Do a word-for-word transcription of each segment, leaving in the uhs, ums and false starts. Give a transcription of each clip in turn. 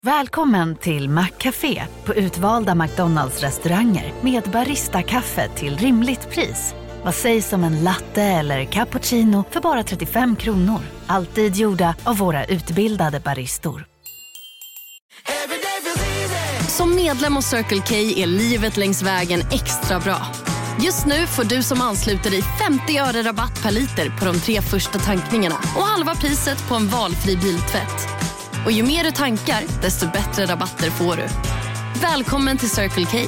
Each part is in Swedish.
Välkommen till McCafé på utvalda McDonalds-restauranger med Barista-kaffe till rimligt pris. Vad sägs om en latte eller cappuccino för bara trettiofem kronor? Alltid gjorda av våra utbildade baristor. Som medlem hos Circle K är livet längs vägen extra bra. Just nu får du som ansluter dig femtio öre rabatt per liter på de tre första tankningarna och halva priset på en valfri biltvätt. Och ju mer du tankar, desto bättre rabatter får du. Välkommen till Circle K.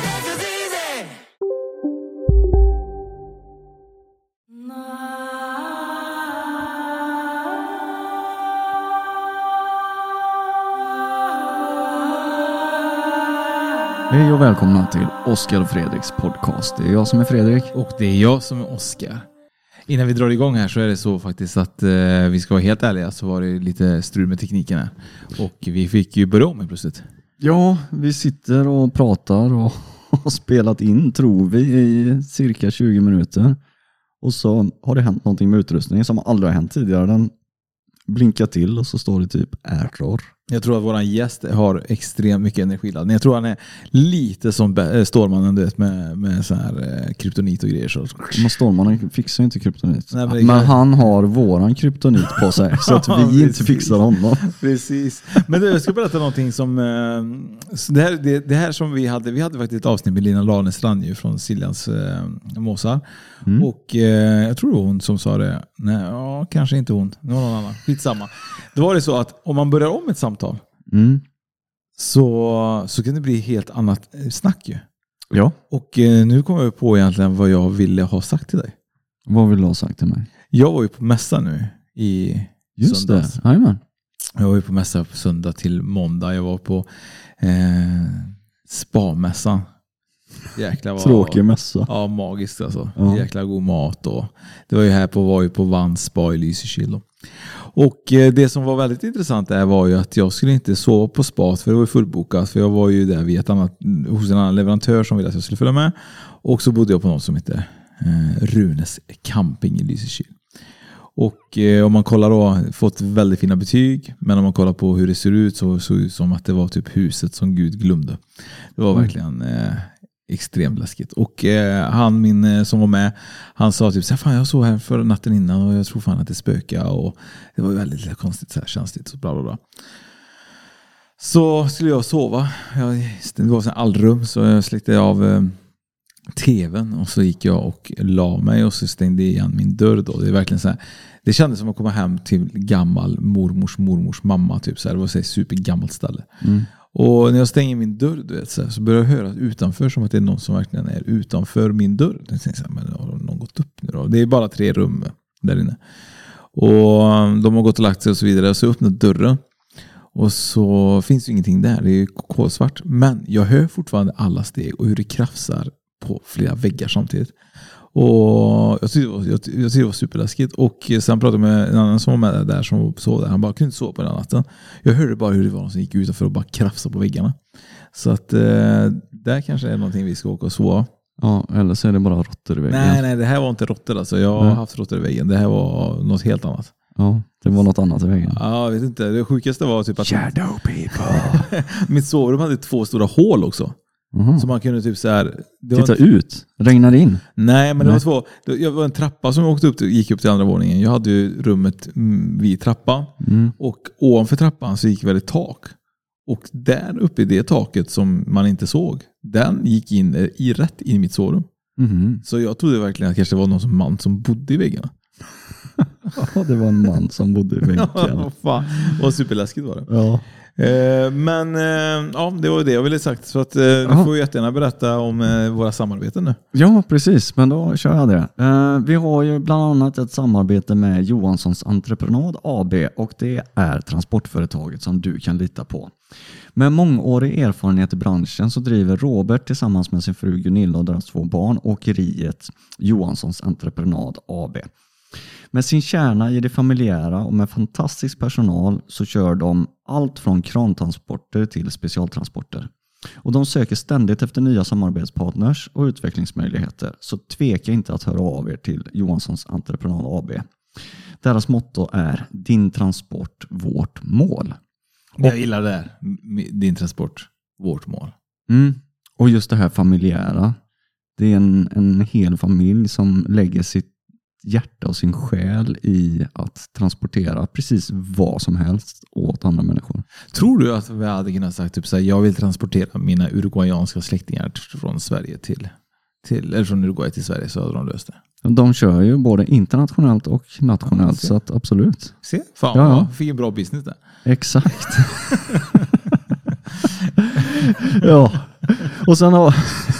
Hej och välkomna till Oskar och Fredriks podcast. Det är jag som är Fredrik. Och det är jag som är Oskar. Innan vi drar igång här så är det så faktiskt att eh, vi ska vara helt ärliga, så var det lite strul med tekniken här. Och vi fick ju börja om med plötsligt. Ja, vi sitter och pratar och har spelat in, tror vi, i cirka tjugo minuter. Och så har det hänt någonting med utrustningen som aldrig har hänt tidigare. Den blinkar till och så står det typ error. Jag tror att våran gäst har extremt mycket energiladdning. Jag tror han är lite som Stålmannen, du vet, med, med så här eh, kryptonit och grejer. Så. Men Stålmannen fixar inte kryptonit. Nej, men, men han har våran kryptonit på sig så att vi ja, inte fixar honom. Precis. Men du, jag ska berätta någonting som eh, det, här, det, det här som vi hade. Vi hade faktiskt ett avsnitt med Lina Lanestrand ju, från Siljans eh, Måsar. Mm. Och eh, jag tror det var hon som sa det. Nej, ja, kanske inte hon. Någon annan. Skitsamma. Det var det så att om man börjar om ett samtal mm. så, så kan det bli helt annat snack ju. Ja. Och eh, nu kommer jag på egentligen vad jag ville ha sagt till dig. Vad vill du ha sagt till mig? Jag var ju på mässa nu i Just söndags. det, Amen. Jag var ju på mässa på söndag till måndag. Jag var på eh, spa-mässan. Jäkla var, Tråkig mässa. Ja, magiskt alltså. Ja. Jäkla god mat. Och det var ju här på, var ju på Vans spa i Lysekil. Och eh, det som var väldigt intressant där var ju att jag skulle inte sova på spat, för det var ju fullbokat. För jag var ju där vid ett annat, hos en annan leverantör som ville att jag skulle följa med. Och så bodde jag på något som heter eh, Runes camping i Lysekil. Och eh, om man kollar då, fått väldigt fina betyg, men om man kollar på hur det ser ut så såg det ut som att det var typ huset som Gud glömde. Det var mm. verkligen eh, extremt läskigt. Och eh, han min eh, som var med, han sa typ så här, fan jag såg här för natten innan och jag tror fan att det spökar, och det var väldigt konstigt, så här känsligt och bla bla bla. Så skulle jag sova. Jag, det var så här allrum, så jag släckte av eh, tvn och så gick jag och la mig och så stängde igen min dörr då. Det är verkligen så här, det kändes som att komma hem till gammal mormors mormors mamma typ så här. Det var så här supergammalt ställe. Mm. Och när jag stänger min dörr, du vet, så, här, så börjar jag höra utanför som att det är någon som verkligen är utanför min dörr. Jag tänkte så här, men har någon gått upp nu då? Det är bara tre rum där inne. Och de har gått och lagt sig och så vidare. Så jag öppnar dörren och så finns det ingenting där. Det är kolsvart. Men jag hör fortfarande alla steg och hur det krafsar på flera väggar samtidigt. Och jag tyckte det var, jag, jag tyckte det var superläskigt. Och sen pratade jag med en annan som var med där som sov där. Han bara kunde inte sova på den natten. Jag hörde bara hur det var någon som gick utanför och bara krafsade på väggarna. Så att eh, där kanske är någonting vi ska åka och sova. Ja, eller så är det bara råttor i väggen. Nej, nej, det här var inte råttor alltså. Jag har nej. haft råttor i väggen. Det här var något helt annat. Ja, det var något annat i väggen. Ja, jag vet inte. Det sjukaste var typ att shadow people. Mitt sovrum hade två stora hål också. Mm. Så man kunde typ så här, det titta var en... ut, regnade in. Nej, men det Nej. var två. Det var en trappa som åkte upp, gick upp till andra våningen. Jag hade ju rummet vid trappan mm. och ovanför trappan så gick väl ett tak. Och där uppe i det taket som man inte såg, den gick in i rätt in i mitt sovrum. Mm. Så jag trodde verkligen att kanske det var någon som man som bodde i väggarna. Ja, det var en man som bodde i väggarna. Ja, fan. Det var superläskigt var det. Ja. Eh, men eh, ja, det var det jag ville sagt. Så att eh, du får jättegärna berätta om eh, våra samarbeten nu. Ja, precis. Men då kör jag det. Eh, vi har ju bland annat ett samarbete med Johanssons Entreprenad A B, och det är transportföretaget som du kan lita på. Med mångårig erfarenhet i branschen så driver Robert tillsammans med sin fru Gunilla och deras två barn åkeriet Johanssons Entreprenad A B. Med sin kärna i det familjära och med fantastisk personal så kör de allt från krantransporter till specialtransporter. Och de söker ständigt efter nya samarbetspartners och utvecklingsmöjligheter, så tveka inte att höra av er till Johanssons Entreprenad A B. Deras motto är din transport, vårt mål. Jag gillar det här. Din transport, vårt mål. Mm. Och just det här familjära. Det är en, en hel familj som lägger sitt hjärta och sin själ i att transportera precis vad som helst åt andra människor. Tror du att vi hade kunnat sagt typ så här, jag vill transportera mina uruguayanska släktingar från Sverige till, till eller från Uruguay till Sverige, så hade de löst det. De kör ju både internationellt och nationellt, ja, så att absolut. Se, fan, ja, ja. Fick en bra business där. Exakt. Ja, och sen har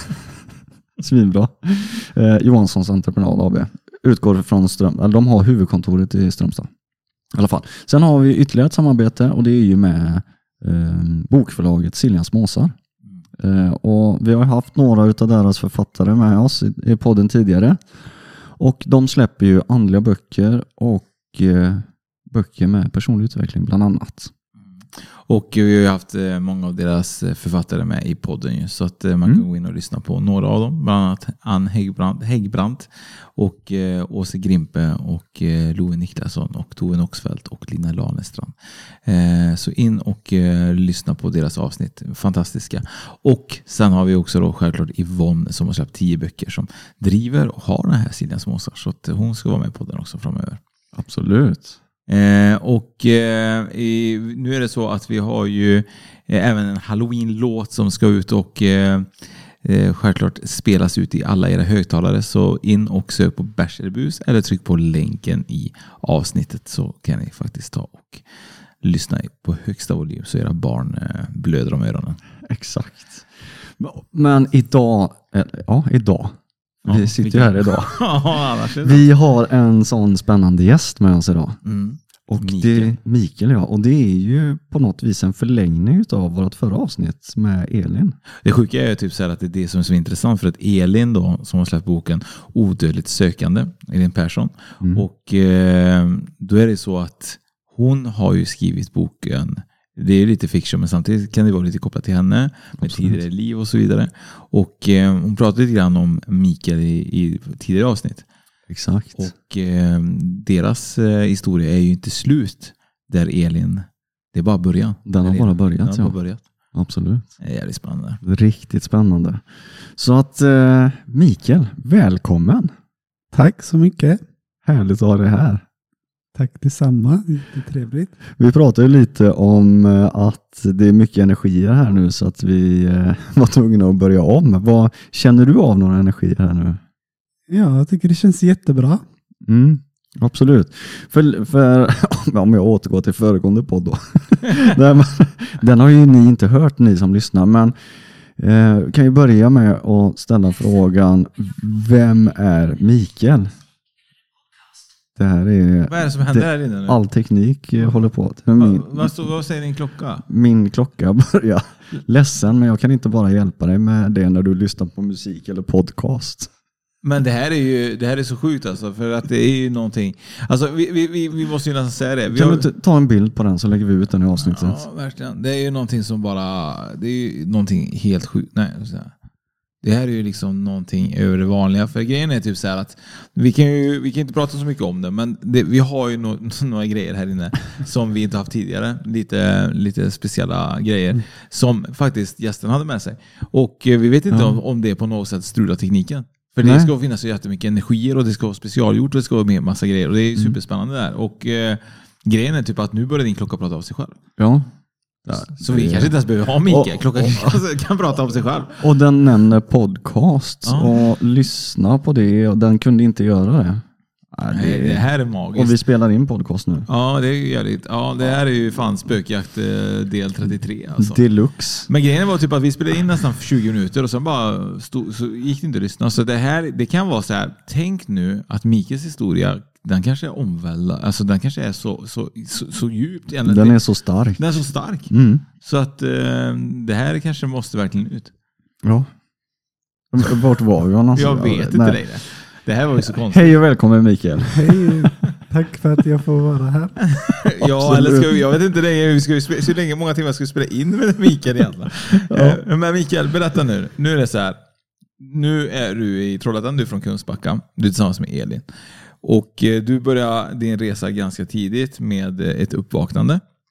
svinbra. Eh, Johanssons Entreprenad A B utgår från Ström, eller de har huvudkontoret i Strömstad. I alla fall. Sen har vi ytterligare ett samarbete och det är ju med eh, bokförlaget Siljans Måsar. Eh, och vi har haft några av deras författare med oss i, i podden tidigare. Och de släpper ju andliga böcker och eh, böcker med personlig utveckling bland annat. Och vi har ju haft många av deras författare med i podden, så att man kan mm. gå in och lyssna på några av dem. Bland annat Ann Häggbrandt, Häggbrandt och eh, Åse Grimpe och eh, Love Niklasson och Tove Noxfeldt och Lina Lanestrand. Eh, så in och eh, lyssna på deras avsnitt. Fantastiska. Och sen har vi också då självklart Yvonne som har släppt tio böcker som driver och har den här Siljans Måsar. Så att hon ska vara med på den också framöver. Absolut. Eh, och eh, i, nu är det så att vi har ju eh, även en Halloween-låt som ska ut och eh, eh, självklart spelas ut i alla era högtalare, så in och sök på Bärs eller bus eller tryck på länken i avsnittet, så kan ni faktiskt ta och lyssna på högsta volym så era barn eh, blöder om öronen. Exakt. Men idag, ja idag vi ja, sitter här idag. Vi har en sån spännande gäst med oss idag. Mm. Och Mikael. Det Mikael, ja. Och det är ju på något vis en förlängning av vårt förra avsnitt med Elin. Det sjuka är ju typ så här att det är det som är så intressant, för att Elin då, som har släppt boken Odödligt sökande, Elin Persson. Mm. Och eh, då är det så att hon har ju skrivit boken. Det är lite fiction, men samtidigt kan det vara lite kopplat till henne med Absolut. Tidigare liv och så vidare. Och eh, hon pratade lite grann om Mikael i, i tidigare avsnitt. Exakt. Och eh, deras eh, historia är ju inte slut där Elin, det är bara början. Den har bara börjat, Den har bara börjat. Absolut. Det är jävligt spännande. Riktigt spännande. Så att eh, Mikael, välkommen. Tack så mycket. Härligt att ha dig här. Tack detsamma, det är trevligt. Vi pratade lite om att det är mycket energier här nu, så att vi var tvungna att börja om. Vad känner du av några energier här nu? Ja, jag tycker det känns jättebra. Mm, absolut. För, för om jag återgår till föregående podd då. Den har ju ni inte hört, ni som lyssnar, men eh, kan ju börja med att ställa frågan, vem är Mikael? Det här är, vad är det som händer här inne nu? All teknik mm. håller på. Min, vad, vad, stod, vad säger din klocka? Min klocka börjar. Ledsen, men jag kan inte bara hjälpa dig med det när du lyssnar på musik eller podcast. Men det här är ju det här är så sjukt alltså, för att det är ju någonting. Alltså vi, vi, vi, vi måste ju nästan säga det. Vi kan har... du ta en bild på den så lägger vi ut den i avsnittet? Ja, verkligen. Det är ju någonting som bara, det är ju någonting helt sjukt. Nej, så här. Det här är ju liksom någonting över det vanliga. För grejen är typ så här att vi kan ju vi kan inte prata så mycket om det, men det, vi har ju no, några grejer här inne som vi inte haft tidigare. Lite, lite speciella grejer mm. som faktiskt gästen hade med sig. Och vi vet inte ja. om, om det på något sätt strular tekniken. För Nej. det ska finnas så jättemycket energier och det ska vara specialgjort och det ska vara med massa grejer. Och det är mm. superspännande där. Och eh, grejen är typ att nu börjar din klocka prata av sig själv. Ja. Ja, så vi kanske inte ens behöver ha Mikael. Klockan kan prata om sig själv. Och den nämner podcast ja. och lyssna på det, och den kunde inte göra det. Ja, det, Nej, det här är magiskt. Och vi spelar in podcast nu. Ja, det är ju jävligt. Ja, det här är ju fan spökjakt del trettiotre alltså. Deluxe. Men grejen var typ att vi spelade in nästan tjugo minuter och sen bara stod, så gick det inte att lyssna. Så det här, det kan vara så här, tänk nu att Mikaels historia, den kanske är omvälda, alltså den kanske är så, så, så, så djupt. Den det, är så stark. Den är så stark. Mm. Så att eh, det här kanske måste verkligen ut. Ja. Vart var vi någonstans? Jag vet inte Nej. det. Det här var ju så konstigt. Hej och välkommen Mikael. Hej, tack för att jag får vara här. Ja, eller ska vi, jag vet inte länge, vi ska spela, så länge många timmar ska vi spela in med Mikael egentligen. Ja. Men Mikael, berätta nu. Nu är det så här. Nu är du i Trollhättan, du är från Kungsbacka. Du är tillsammans med Elin. Och du börjar din resa ganska tidigt med ett uppvaknande.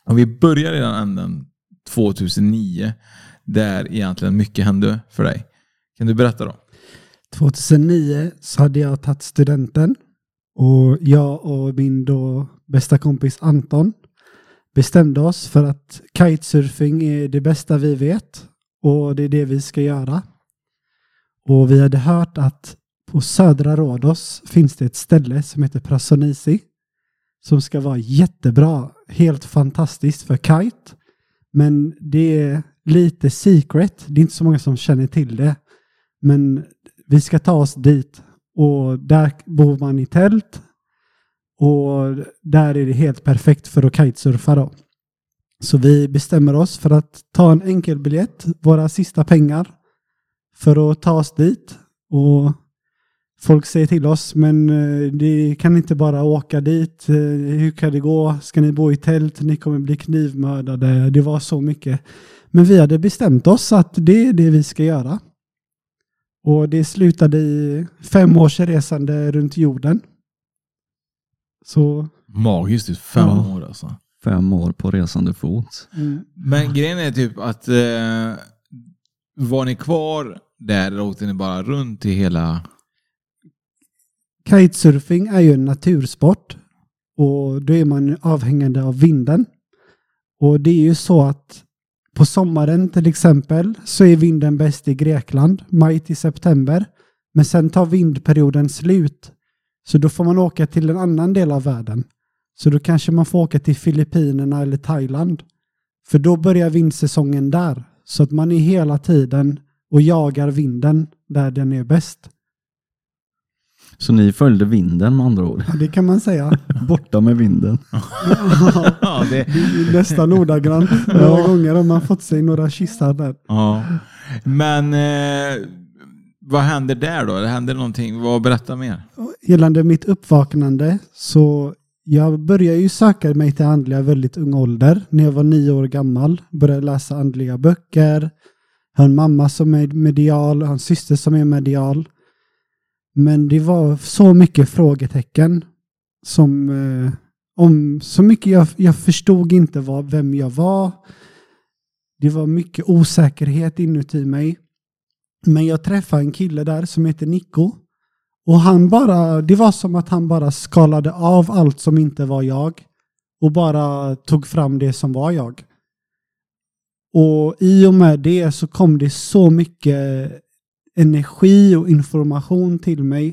Och vi börjar i den änden tjugohundranio där egentligen mycket hände för dig. Kan du berätta då? tjugohundranio så hade jag tagit studenten och jag och min då bästa kompis Anton bestämde oss för att kitesurfing är det bästa vi vet och det är det vi ska göra. Och vi hade hört att på södra Rhodos finns det ett ställe som heter Prasonisi som ska vara jättebra, helt fantastiskt för kite. Men det är lite secret, det är inte så många som känner till det. Men vi ska ta oss dit och där bor man i tält och där är det helt perfekt för att kitesurfa då. Så vi bestämmer oss för att ta en enkel biljett, våra sista pengar för att ta oss dit. Och folk säger till oss, men det kan inte bara åka dit. Hur kan det gå? Ska ni bo i tält? Ni kommer bli knivmördade. Det var så mycket. Men vi hade bestämt oss att det är det vi ska göra. Och det slutade i fem års resande runt jorden. Så magiskt ut, fem ja. år alltså. Fem år på resande fot. Mm. Men grejen är typ att eh, var ni kvar där eller åkte ni bara runt i hela... Kitesurfing är ju en natursport och då är man avhängande av vinden. Och det är ju så att på sommaren till exempel så är vinden bäst i Grekland, maj till september. Men sen tar vindperioden slut. Så då får man åka till en annan del av världen. Så då kanske man får åka till Filippinerna eller Thailand. För då börjar vindsäsongen där. Så att man är hela tiden och jagar vinden där den är bäst. Så ni följde vinden med andra ord? Ja, det kan man säga. Borta med vinden. Ja, det... Det är nästan ordagrant. Några gånger har man fått sig några kissar där. Ja. Men eh, vad händer där då? Det händer någonting. Vad berätta mer? Gällande mitt uppvaknande så jag började ju söka mig till andliga väldigt ung ålder. När jag var nio år gammal började läsa andliga böcker. Jag har en mamma som är medial och en syster som är medial. Men det var så mycket frågetecken som eh, om så mycket jag, jag förstod inte vad, vem jag var. Det var mycket osäkerhet inuti mig. Men jag träffade en kille där som heter Nico. Och han bara, det var som att han bara skalade av allt som inte var jag. Och bara tog fram det som var jag. Och i och med det så kom det så mycket energi och information till mig.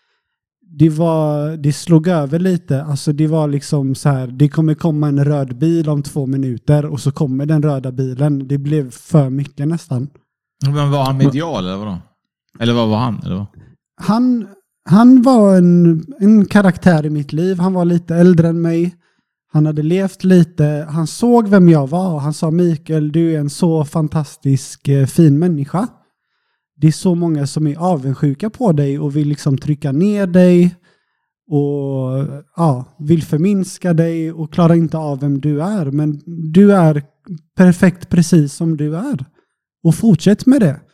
Det var, det slog över lite. Alltså det var liksom så här, det kommer komma en röd bil om två minuter och så kommer den röda bilen. Det blev för mycket nästan. Men var han medial eller vadå? Eller vad var han? Eller vad? Han, han var en, en karaktär i mitt liv. Han var lite äldre än mig. Han hade levt lite. Han såg vem jag var. Han sa, Mikael, du är en så fantastisk eh, fin människa. Det är så många som är avundsjuka på dig och vill liksom trycka ner dig och ja, vill förminska dig och klarar inte av vem du är. Men du är perfekt precis som du är. Och fortsätt med det.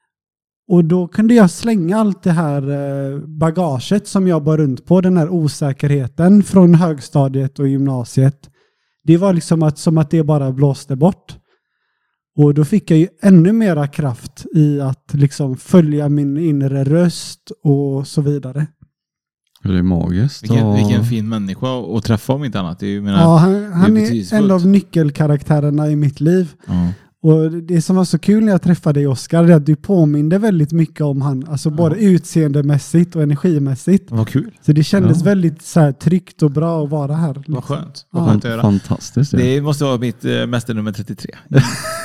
Och då kunde jag slänga allt det här bagaget som jag bar runt på, den här osäkerheten från högstadiet och gymnasiet. Det var liksom att, som att det bara blåste bort. Och då fick jag ju ännu mera kraft i att liksom följa min inre röst och så vidare. Det är magiskt. Vilken, och... vilken fin människa att träffa om inte annat. Det är, ju, menar, ja, han, han är, är en av nyckelkaraktärerna i mitt liv. Ja. Och det som var så kul när jag träffade dig, Oskar, är att du påminde väldigt mycket om han. Alltså ja. Både utseendemässigt och energimässigt. Vad kul. Så det kändes ja. väldigt så här, tryggt och bra att vara här. Liksom. Vad skönt. Vad Ja. skönt att göra. Fantastiskt. Ja. Det måste vara mitt äh, mästernummer trettiotre. Ja,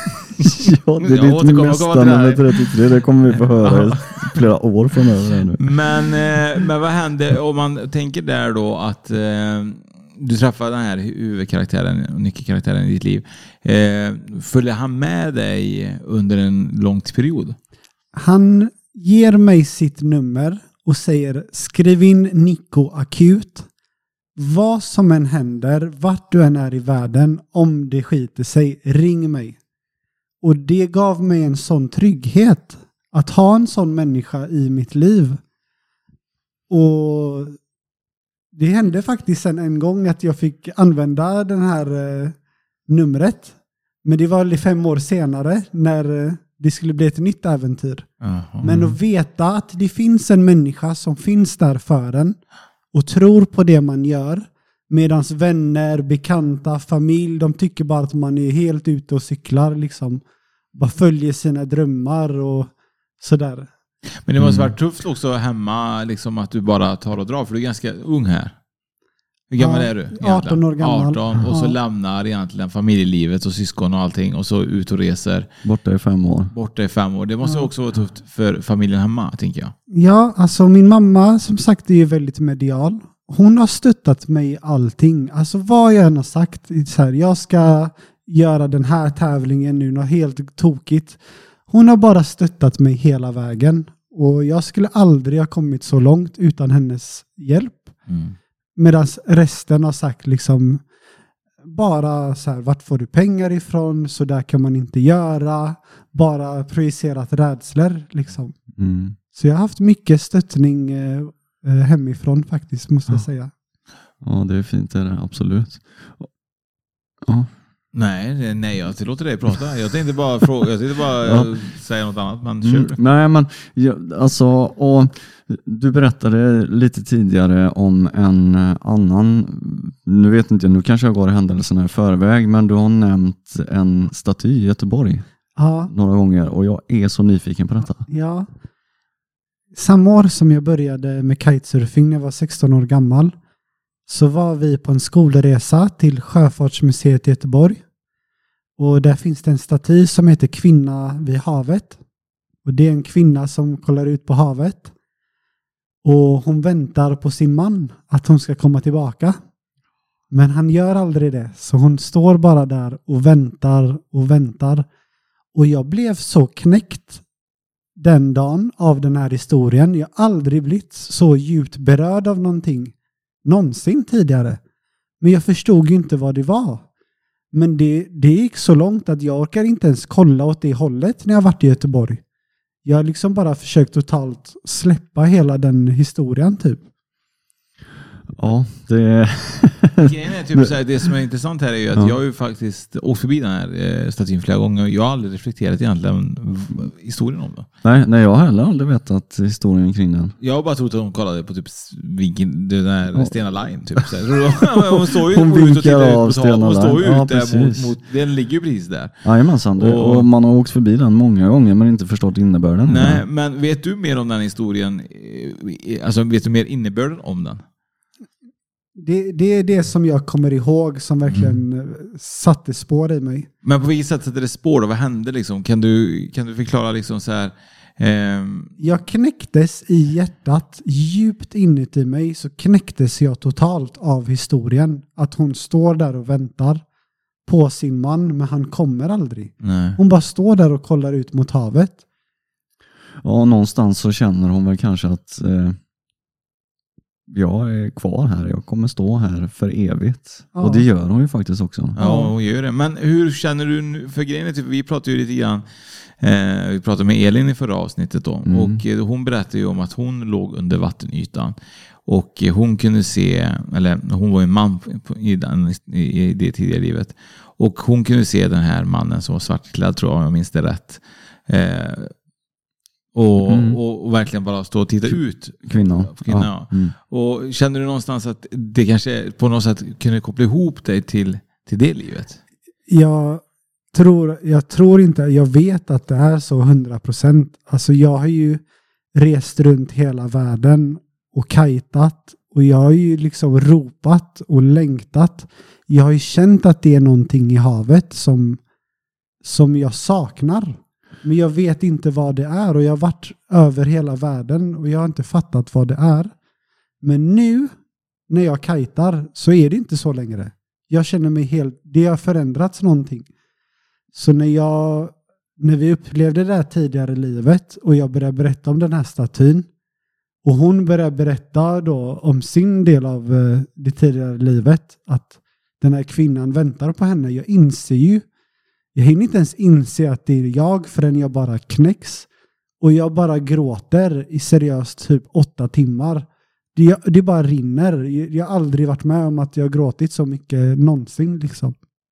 det är Jag ditt återkommer- nästa återkommer till det här. nummer trettiotre. Det kommer vi få höra i flera år framöver här nu. Men, eh, men vad hände om man tänker där då att eh, du träffade den här huvudkaraktären och nyckelkaraktären i ditt liv. Eh, följer han med dig under en lång period? Han ger mig sitt nummer och säger, skriv in Nico akut. Vad som än händer, vart du än är i världen, om det skiter sig, ring mig. Och det gav mig en sån trygghet att ha en sån människa i mitt liv. Och det hände faktiskt sen en gång att jag fick använda den här numret. Men det var fem år senare när det skulle bli ett nytt äventyr. Aha. Men att veta att det finns en människa som finns där för en och tror på det man gör, medans vänner, bekanta, familj, de tycker bara att man är helt ute och cyklar, liksom. Bara följer sina drömmar och sådär. Men det måste Mm. varit tufft också hemma, liksom att du bara tar och drar, för du är ganska ung här. Hur gammal Ja, är du? egentligen? arton år gammal. arton, och så Ja. lämnar egentligen familjelivet och syskon och allting och så ut och reser. Borta i fem år. Borta i fem år. Det måste Ja. också vara tufft för familjen hemma, tänker jag. Ja, alltså min mamma som sagt är ju väldigt medial. Hon har stöttat mig i allting. Alltså vad jag än har sagt. Så här, jag ska göra den här tävlingen nu, något helt tokigt. Hon har bara stöttat mig hela vägen. Och jag skulle aldrig ha kommit så långt utan hennes hjälp. Mm. Medan resten har sagt liksom bara så här, vart får du pengar ifrån? Så där kan man inte göra. Bara projicerat rädslor liksom. Mm. Så jag har haft mycket stöttning eh, hemifrån faktiskt, måste jag Ja. säga. Ja, det är fint, det är det, absolut. Ja. Nej, det- nej, jag tillåter dig prata. Jag tänkte bara, fråga, jag tänkte bara Ja. eh, säga något annat, men Mm. kör. Nej, men ja, alltså, och du berättade lite tidigare om en eh, annan, nu vet inte jag, nu kanske jag går händelserna i förväg, men du har nämnt en staty i Göteborg Ja, några gånger och jag är så nyfiken på detta. ja. Samma år som jag började med kitesurfing när jag var sexton år gammal så var vi på en skolresa till Sjöfartsmuseet i Göteborg. Och där finns det en staty som heter Kvinna vid havet. Och det är en kvinna som kollar ut på havet. Och hon väntar på sin man att hon ska komma tillbaka. Men han gör aldrig det. Så hon står bara där och väntar och väntar. Och jag blev så knäckt den dagen av den här historien. Jag har aldrig blivit så djupt berörd av någonting någonsin tidigare. Men jag förstod ju inte vad det var. Men det, det gick så långt att jag orkar inte ens kolla åt det hållet när jag varit i Göteborg. Jag har liksom bara försökt totalt släppa hela den historien typ. Ja, det Grejen är typ så här, det som är intressant här är ju att Ja. jag har ju faktiskt åkt förbi den här eh, statyn flera gånger och jag har aldrig reflekterat egentligen v- historien om det. nej, nej, jag har heller aldrig vetat historien kring den. Jag har bara trott att hon kollade på typ vinkeln, den där Ja. Stena Line typ. Så här. Hon står ju Hon ut och vinkar tittar ut av på Stena havet. Hon står ju Line. Ja, ut där mot, precis. mot, den ligger ju precis där. Jajamensan, det- Och- och man har åkt förbi den många gånger men inte förstått innebörden. Nej, men vet du mer om den historien? eh, Alltså vet du mer innebörden om den? Det, det är det som jag kommer ihåg som verkligen Mm. eh, satte spår i mig. Men på vilket sätt sätter det spår då? Vad hände liksom? Kan du, kan du förklara liksom så här? ehm, Jag knäcktes i hjärtat, djupt inuti mig så knäcktes jag totalt av historien. Att hon står där och väntar på sin man, men han kommer aldrig. nej. Hon bara står där och kollar ut mot havet. Ja, någonstans så känner hon väl kanske att eh, jag är kvar här, jag kommer stå här för evigt. Ja. Och det gör hon ju faktiskt också. Ja, hon gör det. Men hur känner du nu? För grejen är typ, vi pratade ju lite grann, eh, vi pratade med Elin i förra avsnittet då. Mm. Och eh, hon berättade ju om att hon låg under vattenytan. Och eh, hon kunde se, eller hon var en man på- i, den, i, i det tidigare livet. Och hon kunde se den här mannen som var svartklädd, tror jag, om jag minns det rätt. Eh, och, Mm. och, och verkligen bara stå och titta ut. Kvinnan. Kvinnan, Ja. ja. Mm. Och känner du någonstans att det kanske på något sätt kunde koppla ihop dig till, till det livet? Jag tror, jag tror inte, jag vet att det är så hundra procent. Alltså jag har ju rest runt hela världen och kajtat och jag har ju liksom ropat och längtat. Jag har ju känt att det är någonting i havet som, som jag saknar. Men jag vet inte vad det är och jag har varit över hela världen och jag har inte fattat vad det är. Men nu när jag kajtar så är det inte så längre. Jag känner mig helt, det har förändrats någonting. Så när jag, när vi upplevde det här tidigare i livet och jag började berätta om den här statyn och hon började berätta då om sin del av eh, det tidigare livet, att den här kvinnan väntar på henne. Jag inser ju, jag hinner inte ens inse att det är jag förrän jag bara knäcks och jag bara gråter i seriöst typ åtta timmar. Det, det bara rinner. Jag har aldrig varit med om att jag har gråtit så mycket någonsin liksom.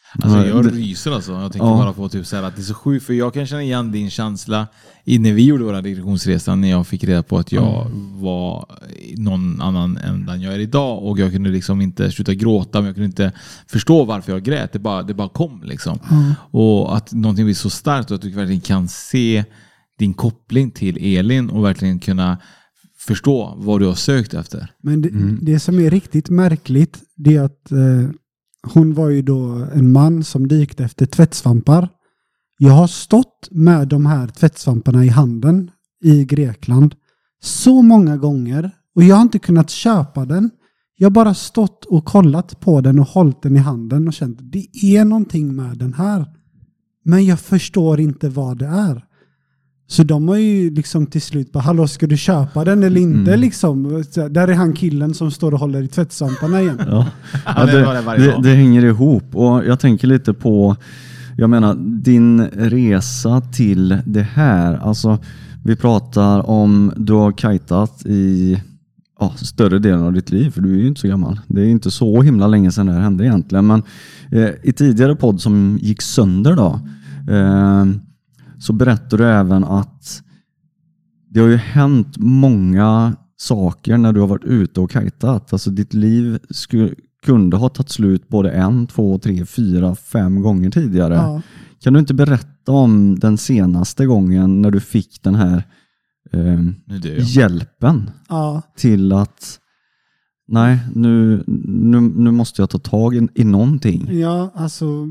Alltså jag det, ryser alltså. Jag tänker ja. bara på typ så här att det är så sjukt. För jag kan känna igen din känsla innan vi gjorde våra direktionsresan, när jag fick reda på att jag mm. var någon annan än den jag är idag. Och jag kunde liksom inte sluta gråta, men jag kunde inte förstå varför jag grät. Det bara, det bara kom liksom. Mm. Och att någonting blir så starkt och att du verkligen kan se din koppling till Elin och verkligen kunna förstå vad du har sökt efter. Men det, mm. det som är riktigt märkligt, det är att eh, hon var ju då en man som dykte efter tvättsvampar. Jag har stått med de här tvättsvamparna i handen i Grekland så många gånger och jag har inte kunnat köpa den. Jag har bara stått och kollat på den och hållit den i handen och känt att det är någonting med den här. Men jag förstår inte vad det är. Så de har ju liksom till slut bara, hallå, ska du köpa den eller inte? Mm. Liksom. Där är han killen som står och håller i tvättsvamparna igen. Ja. Ja, det, det, det hänger ihop. Och jag tänker lite på, jag menar, din resa till det här. Alltså, vi pratar om, du har kajtat i ja, större delen av ditt liv, för du är ju inte så gammal. Det är inte så himla länge sedan det här hände egentligen. Men eh, i tidigare podd som gick sönder då, eh, så berättar du även att det har ju hänt många saker när du har varit ute och kajtat. Alltså ditt liv skulle, kunde ha tagit slut både en, två, tre, fyra, fem gånger tidigare. Ja. Kan du inte berätta om den senaste gången när du fick den här eh, hjälpen ja. till att nej, nu, nu, nu måste jag ta tag i, i någonting. Ja, alltså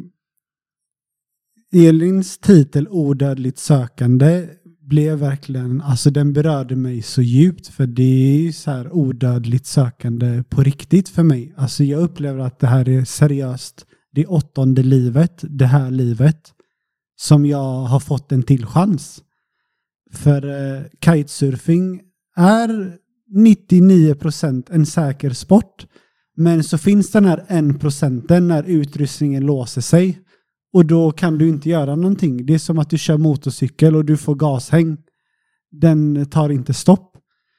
Elins titel Odödligt sökande blev verkligen, alltså den berörde mig så djupt, för det är ju så här odödligt sökande på riktigt för mig. Alltså jag upplever att det här är seriöst, det åttonde livet, det här livet som jag har fått en till chans. För eh, kitesurfing är nittionio procent en säker sport, men så finns den här en procenten när utrustningen låser sig. Och då kan du inte göra någonting. Det är som att du kör motorcykel och du får gashäng. Den tar inte stopp.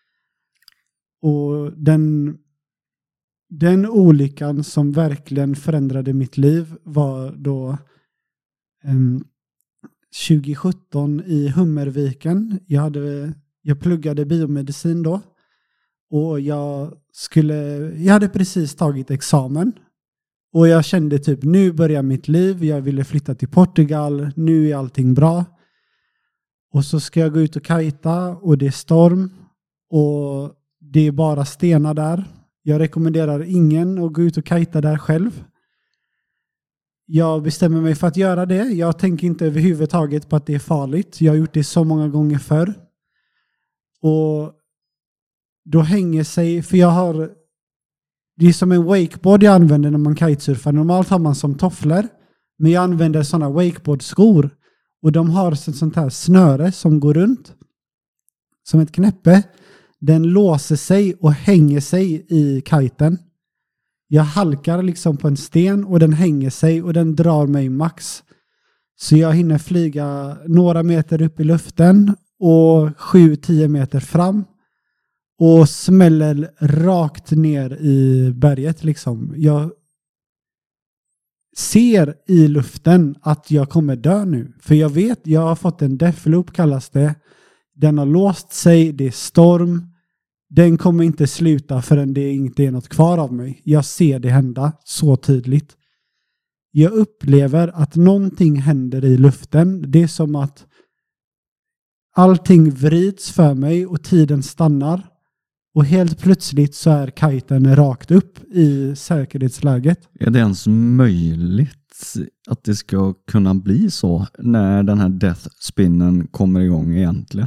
Och den, den olyckan som verkligen förändrade mitt liv var då um, tjugo sjutton i Hummerviken. Jag, hade, jag pluggade biomedicin då. Och jag, skulle, jag hade precis tagit examen. Och jag kände typ, nu börjar mitt liv. Jag ville flytta till Portugal. Nu är allting bra. Och så ska jag gå ut och kajta. Och det är storm. Och det är bara stenar där. Jag rekommenderar ingen att gå ut och kajta där själv. Jag bestämmer mig för att göra det. Jag tänker inte överhuvudtaget på att det är farligt. Jag har gjort det så många gånger förr. Och då hänger sig, för jag har, det är som en wakeboard jag använder när man kitesurfar. Normalt har man som tofflor, men jag använder sådana wakeboardskor. Och de har ett sånt här snöre som går runt som ett knäppe. Den låser sig och hänger sig i kiten. Jag halkar liksom på en sten och den hänger sig och den drar mig max. Så jag hinner flyga några meter upp i luften och sju till tio meter fram. Och smäller rakt ner i berget liksom. Jag ser i luften att jag kommer dö nu. För jag vet, jag har fått en deathloop kallas det. Den har låst sig, det är storm. Den kommer inte sluta förrän det inte är något kvar av mig. Jag ser det hända så tydligt. Jag upplever att någonting händer i luften. Det är som att allting vrids för mig och tiden stannar. Och helt plötsligt så är kiten rakt upp i säkerhetsläget. Är det ens möjligt att det ska kunna bli så när den här death spinnen kommer igång egentligen?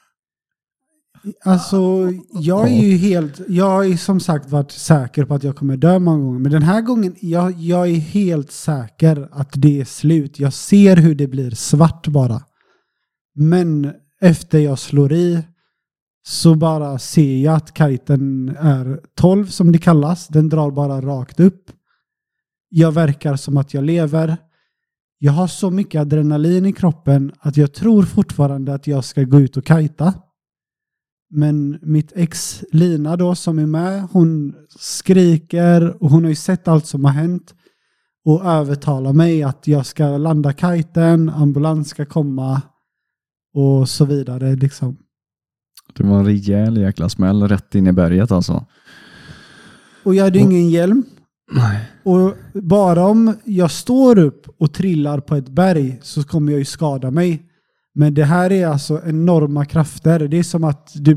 Alltså, jag är ju helt, jag har ju som sagt varit säker på att jag kommer dö många gånger. Men den här gången, jag, jag är helt säker att det är slut. Jag ser hur det blir svart bara. Men efter jag slår i så bara ser jag att kiten är tolv som det kallas. Den drar bara rakt upp. Jag verkar som att jag lever. Jag har så mycket adrenalin i kroppen att jag tror fortfarande att jag ska gå ut och kajta. Men mitt ex Lina då som är med, hon skriker och hon har ju sett allt som har hänt. och övertala mig att jag ska landa kiten, ambulans ska komma och så vidare liksom. Det var en rejäl jäkla smäll rätt in i berget alltså. Och jag hade och, ingen hjälm. Nej. Och bara om jag står upp och trillar på ett berg så kommer jag ju skada mig. Men det här är alltså enorma krafter. Det är som att du...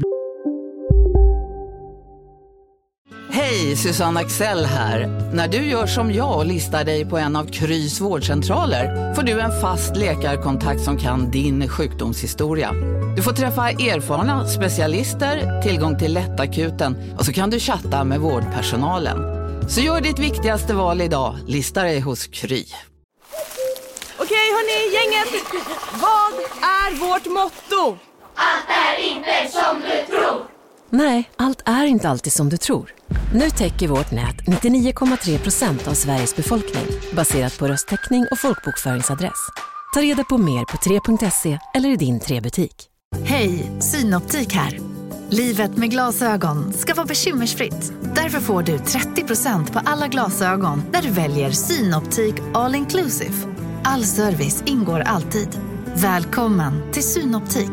Hej, Susanne Axel här. När du gör som jag och listar dig på en av Krys vårdcentraler får du en fast läkarkontakt som kan din sjukdomshistoria. Du får träffa erfarna specialister, tillgång till lättakuten och så kan du chatta med vårdpersonalen. Så gör ditt viktigaste val idag, lista dig hos Kry. Okej hörni, gänget. Vad är vårt motto? Allt är inte som du tror. Nej, allt är inte alltid som du tror. Nu täcker vårt nät nittionio komma tre procent av Sveriges befolkning baserat på röstteckning och folkbokföringsadress. Ta reda på mer på tre punkt se eller i din tre-butik. Hej, Synoptik här. Livet med glasögon ska vara bekymmersfritt. Därför får du trettio procent på alla glasögon när du väljer Synoptik All Inclusive. All service ingår alltid. Välkommen till Synoptik.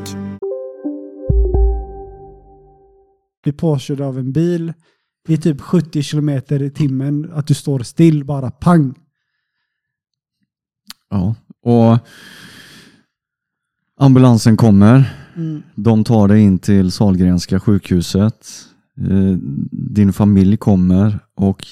Blir påkörd av en bil i typ sjuttio kilometer i timmen, att du står still, bara pang. Ja, och ambulansen kommer. Mm. De tar dig in till Sahlgrenska sjukhuset. Din familj kommer och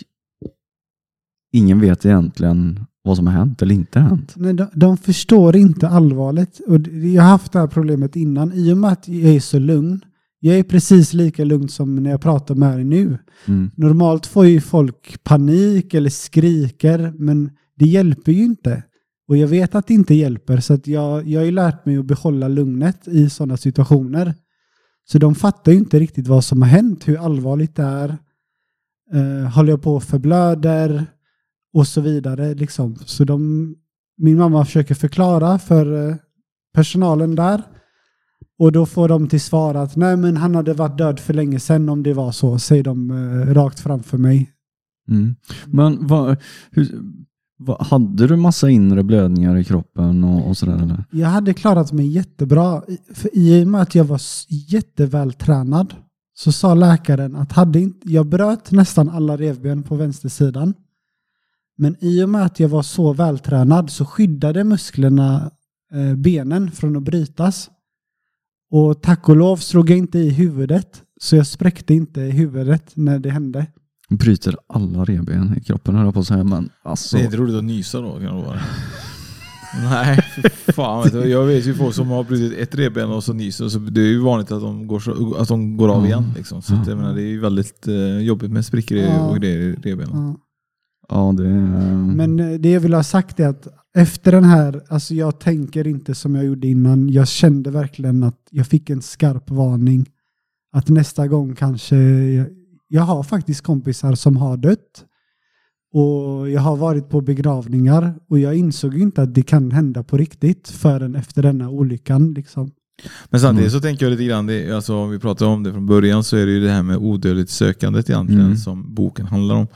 ingen vet egentligen vad som har hänt eller inte hänt. Nej, de, de förstår inte allvarligt. Och jag har haft det här problemet innan. I och med att jag är så lugn. Jag är precis lika lugn som när jag pratar med er nu. Mm. Normalt får ju folk panik eller skriker, men det hjälper ju inte. Och jag vet att det inte hjälper, så att jag, jag har ju lärt mig att behålla lugnet i sådana situationer. Så de fattar ju inte riktigt vad som har hänt, hur allvarligt det är. Uh, håller jag på att förblöder och så vidare. Liksom. Så de, min mamma försöker förklara för uh, personalen där. Och då får de till svar att nej, men han hade varit död för länge sedan om det var så, säger de uh, rakt framför mig. Mm. Men vad, hur, vad, hade du massa inre blödningar i kroppen och, och sådär eller? Jag hade klarat mig jättebra. För i och med att jag var jättevältränad så sa läkaren att hade inte, jag bröt nästan alla revben på vänstersidan. Men i och med att jag var så vältränad så skyddade musklerna eh, benen från att brytas. Och tack och lov slog jag inte i huvudet. Så jag spräckte inte i huvudet när det hände. Bryter alla revben i kroppen, höll jag på att säga. Men alltså... Det är inte roligt att nysa då, kan det vara. Nej, fan. Vet du, jag vet ju folk som har brutit ett revben och så nyser. Så det är ju vanligt att de går, så, att de går av igen. Liksom. Så att, jag menar, det är ju väldigt eh, jobbigt med sprickor ja. och grejer i revbenen. Ja. Ja, det är... Men det jag vill ha sagt är att efter den här, alltså jag tänker inte som jag gjorde innan. Jag kände verkligen att jag fick en skarp varning. Att nästa gång kanske, jag, jag har faktiskt kompisar som har dött. Och jag har varit på begravningar. Och jag insåg inte att det kan hända på riktigt förrän efter denna olyckan. Liksom. Men samtidigt så tänker jag lite grann, det, alltså om vi pratar om det från början så är det ju det här med odödligt sökandet egentligen mm. som boken handlar om.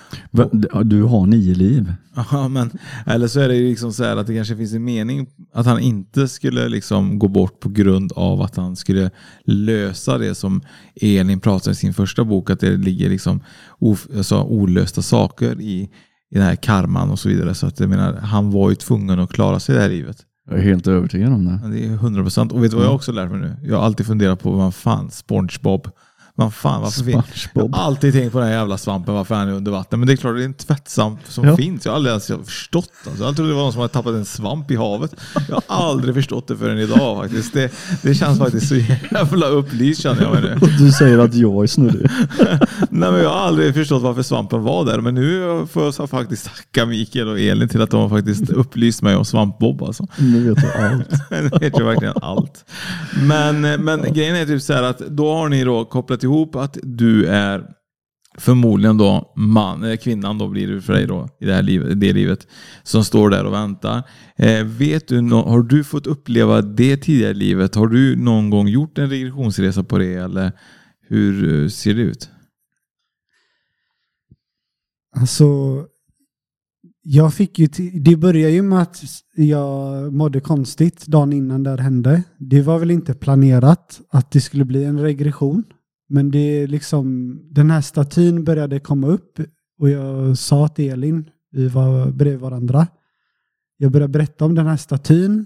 Du har nio liv. Ja, men eller så är det ju liksom så här att det kanske finns en mening att han inte skulle liksom gå bort på grund av att han skulle lösa det som Elin pratar i sin första bok, att det ligger liksom of, alltså, olösta saker i, i den här karman och så vidare. Så att jag menar, han var ju tvungen att klara sig i det här livet. Jag är helt övertygad om det. Ja, det är hundra procent. Och vet du vad jag också lärt mig nu? Jag har alltid funderat på vad fan SpongeBob. Man fan, varför finns? Jag har alltid tänkt på den här jävla svampen, varför han är under vatten. Men det är klart, det är en tvättsvamp som ja. finns. Jag har aldrig ens förstått. Alltså. Jag trodde det var någon som hade tappat en svamp i havet. Jag har aldrig förstått det förrän idag faktiskt. Det, det känns faktiskt så jävla upplyst, känner jag mig nu. Och du säger att jag är snurrig. Nej, men jag har aldrig förstått varför svampen var där. Men nu får jag faktiskt tacka Mikael och Elin till att de har faktiskt upplyst mig om svampbob. Alltså. Nu vet jag allt. Nu vet jag verkligen allt. Men, men ja. grejen är typ så här att då har ni då kopplat ihop att du är förmodligen då man, eller kvinnan då blir det för dig då i det här livet, det livet som står där och väntar. Eh, vet du, har du fått uppleva det tidigare livet? Har du någon gång gjort en regressionsresa på det, eller hur ser det ut? Alltså jag fick ju t- det började ju med att jag mådde konstigt dagen innan det här hände. Det var väl inte planerat att det skulle bli en regression. Men det liksom, den här statyn började komma upp och jag sa till Elin, vi var bredvid varandra. Jag började berätta om den här statyn.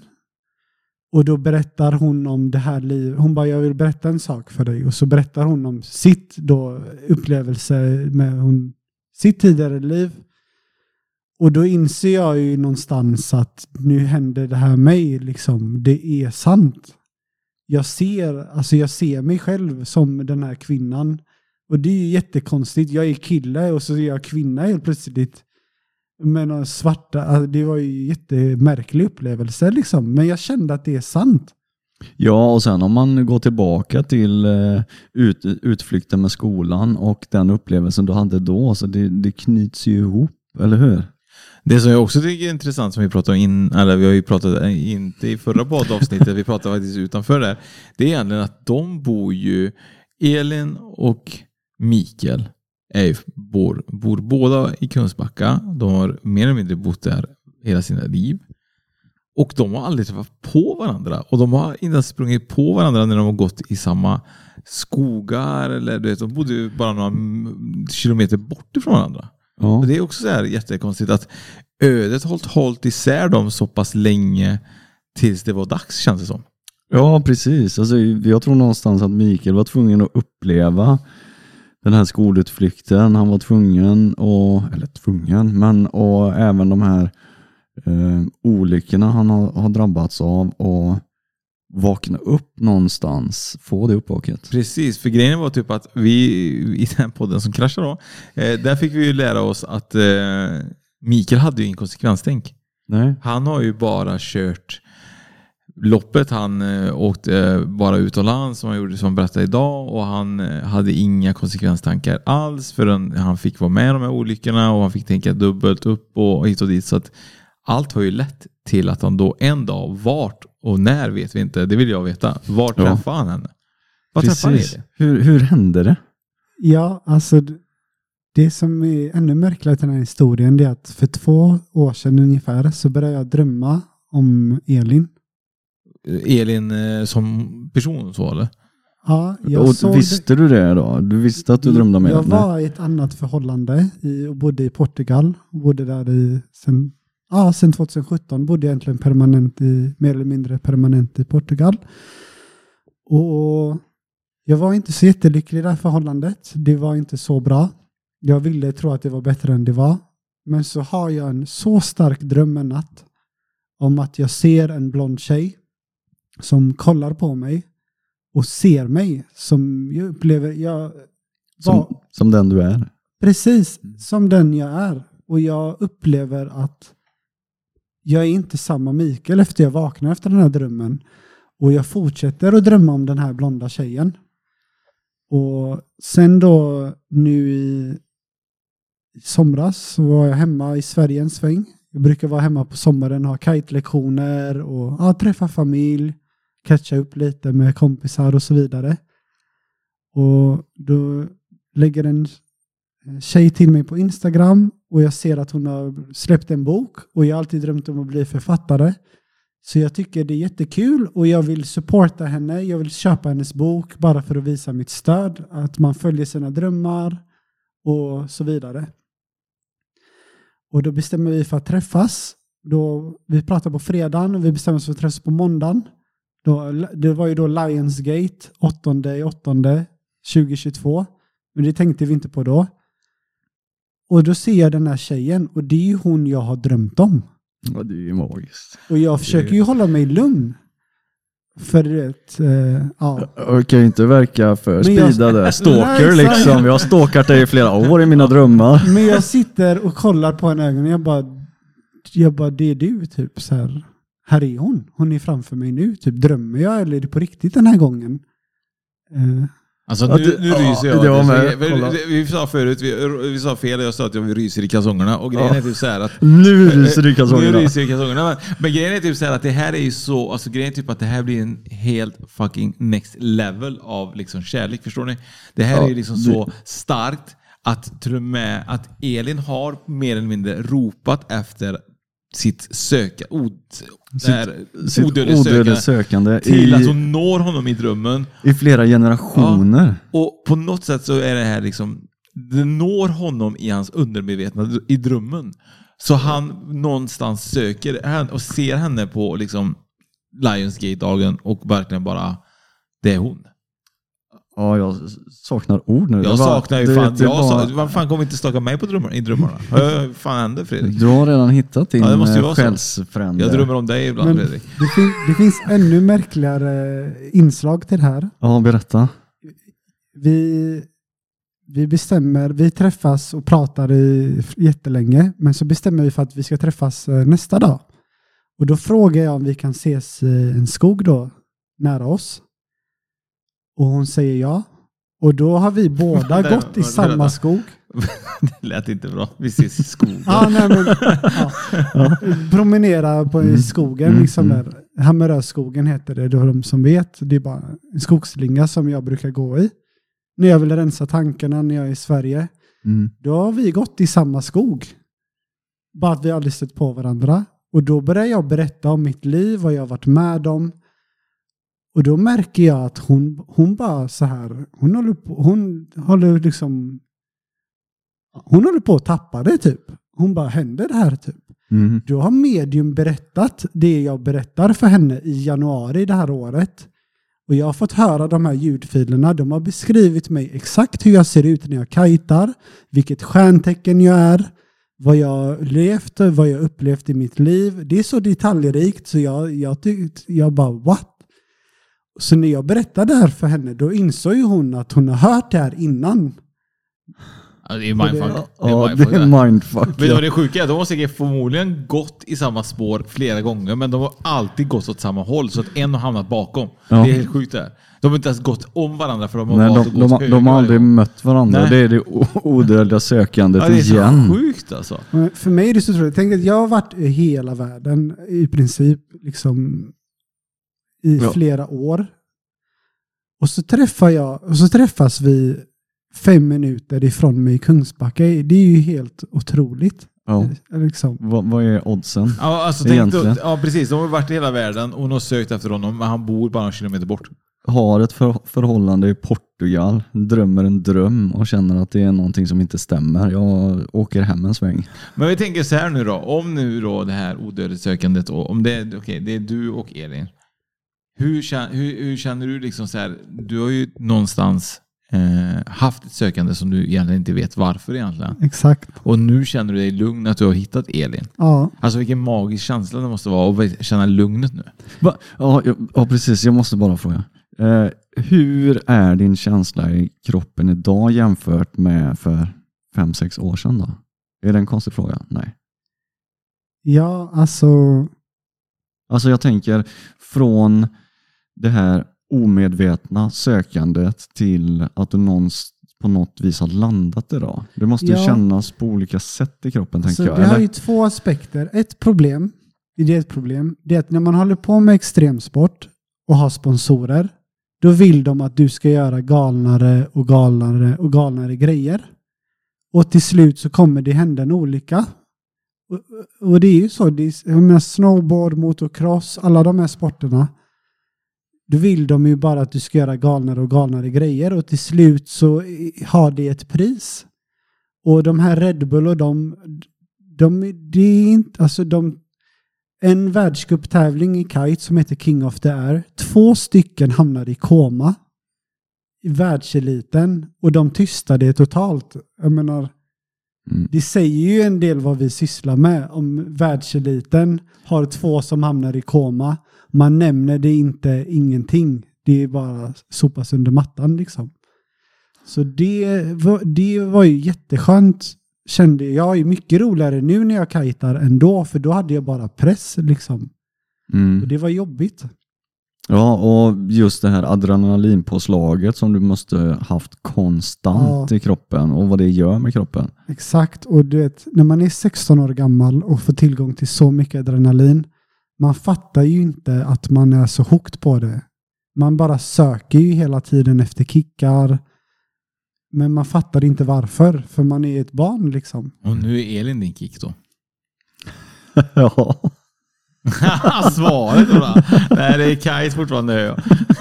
Och då berättar hon om det här livet. Hon bara, jag vill berätta en sak för dig. Och så berättar hon om sitt då upplevelse med hon, sitt tidigare liv. Och då inser jag ju någonstans att nu händer det här mig. Liksom. Det är sant. Jag ser, alltså jag ser mig själv som den här kvinnan. Och det är ju jättekonstigt. Jag är kille och så är jag kvinna helt plötsligt. Men några svarta, det var ju en jättemärklig upplevelse liksom. Men jag kände att det är sant. Ja, och sen om man går tillbaka till uh, ut, utflykten med skolan och den upplevelsen du hade då, så det, det knyts ju ihop, eller hur? Det som jag också tycker är intressant, som vi pratade in, eller vi har ju pratat inte i förra poddavsnittet, vi pratade faktiskt utanför där, det är egentligen att de bor ju, Elin och Mikael är, bor, bor båda i Kungsbacka. De har mer eller mindre bott där hela sina liv. Och de har aldrig träffat på varandra. Och de har inte ens sprungit på varandra när de har gått i samma skogar. Eller, du vet, de bodde bara några kilometer bort ifrån varandra. Ja. Och det är också så här jättekonstigt att ödet har hållit, hållit isär dem så pass länge tills det var dags, känns det som. Ja, precis. Alltså, jag tror någonstans att Mikael var tvungen att uppleva den här skolutflykten. Han var tvungen, och, eller tvungen, men och även de här eh, olyckorna han har, har drabbats av och vakna upp någonstans, få det uppvaket. Precis, för grejen var typ att vi i den podden som kraschade då, eh, där fick vi ju lära oss att eh, Mikael hade ju ingen konsekvenstänk. Nej. Han har ju bara kört loppet, han eh, åkte eh, bara utomlands som han gjorde, som han berättade idag, och han eh, hade inga konsekvenstankar alls förrän han fick vara med i de här olyckorna och han fick tänka dubbelt upp och hit och dit, så att allt var ju lätt till att han då en dag, vart och när vet vi inte, det vill jag veta, vart ja. träffade han henne? Vad träffade han? Hur, hur hände det? Ja, alltså det som är ännu märkligt i den här historien, det är att för två år sedan ungefär så började jag drömma om Elin. Elin eh, som person så, eller? Ja, jag och såg visste det. du det då? Du visste att du drömde om Elin? Jag var i ett annat förhållande i, och bodde i Portugal. Bodde där i sen, ja, sen tjugohundrasjutton bodde jag egentligen permanent i, mer eller mindre permanent i Portugal. Och jag var inte så jättelycklig i det här förhållandet. Det var inte så bra. Jag ville tro att det var bättre än det var. Men så har jag en så stark dröm en natt om att jag ser en blond tjej som kollar på mig och ser mig som jag upplever jag var, som, som den du är. Precis, som den jag är. Och jag upplever att jag är inte samma Mikael efter jag vaknar efter den här drömmen. Och jag fortsätter att drömma om den här blonda tjejen. Och sen då nu i somras så var jag hemma i Sverige en sväng. Jag brukar vara hemma på sommaren, ha kite-lektioner och ja, träffa familj, catcha upp lite med kompisar och så vidare. Och då lägger en tjej till mig på Instagram och jag ser att hon har släppt en bok och jag har alltid drömt om att bli författare. Så jag tycker det är jättekul och jag vill supporta henne. Jag vill köpa hennes bok bara för att visa mitt stöd. Att man följer sina drömmar och så vidare. Och då bestämmer vi för att träffas. Då, vi pratar på fredagen och vi bestämmer oss för att träffas på måndagen. Då, det var ju då Lionsgate åttonde åttonde tjugohundratjugotvå. Men det tänkte vi inte på då. Och då ser jag den här tjejen och det är ju hon jag har drömt om. Ja, det är ju magiskt. Och jag försöker ju hålla mig lugn. För det, eh, ja. Jag kan ju inte verka för speedad där. Stalker Nej, liksom. Jag har stalkat dig i flera år i mina drömmar. Men jag sitter och kollar på en ögon och jag bara, jag bara, det är du typ så här. Här är hon. Hon är framför mig nu. Typ drömmer jag eller är det på riktigt den här gången? Eh. Alltså ja, nu, det, nu ja, ryser jag. Det var med, vi, vi, vi sa förut, vi, vi sa fel, jag sa att jag ryser i kalsongerna. Och grejen ja. är typ så här att... Nu ryser du i kalsongerna. Nu ryser i kalsongerna. Men, men grejen är typ så här att det här är ju så... Alltså grejen är typ att det här blir en helt fucking next level av liksom kärlek, förstår ni? Det här ja, är ju liksom det, så starkt att, till och med, att Elin har mer eller mindre ropat efter sitt söka, od, där, sitt odödliga odödliga sökande, sökande till i, att hon når honom i drömmen. I flera generationer. Ja, och på något sätt så är det här liksom, det når honom i hans undermedvetna i drömmen. Så han någonstans söker henne och ser henne på liksom Lionsgate-dagen och verkligen bara, det är hon. Ja, jag saknar ord nu. Jag var, saknar ju fan, vet, jag var... sa, vad fan kommer inte staka mig på drömmar, i drömmarna? Vad fan hände, Fredrik? Du har redan hittat din ja, själsfrände. Jag drömmer om dig ibland, Men Fredrik. Det, fin- det finns ännu märkligare inslag till det här. Ja, berätta. Vi, vi bestämmer, vi träffas och pratar i jättelänge, men så bestämmer vi för att vi ska träffas nästa dag. Och då frågar jag om vi kan ses i en skog då, nära oss. Och hon säger ja. Och då har vi båda det, gått i samma det, skog. Det lät inte bra. Vi ses i skogen. Ja, nej, men, ja. Ja. Promenera på mm. skogen. Mm. Liksom där. Hammeröskogen heter det. Då de som vet. Det är bara en skogsslinga som jag brukar gå i. När jag vill rensa tankarna när jag är i Sverige. Mm. Då har vi gått i samma skog. Bara att vi aldrig stött på varandra. Och då börjar jag berätta om mitt liv. Vad jag har varit med om. Och då märker jag att hon, hon bara så här, hon håller på, hon håller liksom, hon håller på att tappa det typ. Hon bara, händer det här typ. Mm. Då har medium berättat det jag berättar för henne i januari det här året. Och jag har fått höra de här ljudfilerna. De har beskrivit mig exakt hur jag ser ut när jag kajtar. Vilket stjärntecken jag är. Vad jag levt, vad jag upplevt i mitt liv. Det är så detaljrikt så jag, jag tyckte, jag bara, what? Så när jag berättade det här för henne, då insåg ju hon att hon har hört det här innan. Ja, det är mindfuck. Det, ja, det är mindfuck. Men ja. Det är sjuka, de har säkert förmodligen gått i samma spår flera gånger, men de har alltid gått åt samma håll, så att en har hamnat bakom. Ja. Det är helt sjukt där. De har inte ens gått om varandra, för de har, Nej, de, de, de, de har aldrig mött varandra. Nej. Det är det odödliga sökandet igen. Ja, det är igen. Så sjukt alltså. Men för mig är det så troligt. Tänk att jag har varit i hela världen i princip liksom i ja. flera år. Och så träffar jag och så träffas vi fem minuter ifrån mig i Kungsbacka. Det är ju helt otroligt. Ja. Liksom. Vad, vad är oddsen? Ja, alltså, tänk då, ja, precis. De har varit i hela världen och hon har sökt efter honom, men han bor bara några kilometer bort. Har ett för, förhållande i Portugal, drömmer en dröm och känner att det är någonting som inte stämmer. Jag åker hem en sväng. Men vi tänker så här nu då. Om nu då det här odödligt sökandet, om det är, okay, det är du och Elin. Hur känner, hur, hur känner du liksom så här, du har ju någonstans eh, haft ett sökande som du egentligen inte vet varför egentligen. Exakt. Och nu känner du dig lugn att du har hittat Elin. Ja. Alltså vilken magisk känsla det måste vara att känna lugnet nu. Va? Ja, ja, precis. Jag måste bara fråga. Eh, hur är din känsla i kroppen idag jämfört med för fem, sex år sedan då? Är det en konstig fråga? Nej. Ja, alltså... Alltså jag tänker från det här omedvetna sökandet till att du någonstans på något vis har landat idag. Det måste ja. ju kännas på olika sätt i kroppen, tänker jag. Det eller? har ju två aspekter. Ett problem, det är ett problem, det är att när man håller på med extremsport och har sponsorer, då vill de att du ska göra galnare och galnare och galnare grejer. Och till slut så kommer det hända en olycka. Och, och det är ju så, det är, med snowboard, motocross, alla de här sporterna, då vill de ju bara att du ska göra galnare och galnare grejer, och till slut så har det ett pris. Och de här Red Bull och de, de det är inte, alltså de, en världscuptävling i kite som heter King of the Air, två stycken hamnade i koma i världseliten och de tystade totalt. Jag menar, Mm. det säger ju en del vad vi sysslar med. Om världseliten har två som hamnar i koma, man nämner det inte, ingenting. Det är bara sopas under mattan liksom. Så det var, det var ju jätteskönt, kände jag. Är mycket roligare nu när jag kajtar ändå, för då hade jag bara press liksom. Mm. Och det var jobbigt. Ja, och just det här adrenalinpåslaget som du måste haft konstant ja. i kroppen, och vad det gör med kroppen. Exakt, och du vet, när man är sexton år gammal och får tillgång till så mycket adrenalin, man fattar ju inte att man är så hooked på det. Man bara söker ju hela tiden efter kickar. Men man fattar inte varför. För man är ett barn liksom. Och nu är Elin din kick då? Ja. Svaret då? Nej, det är Kajs fortfarande. Ja.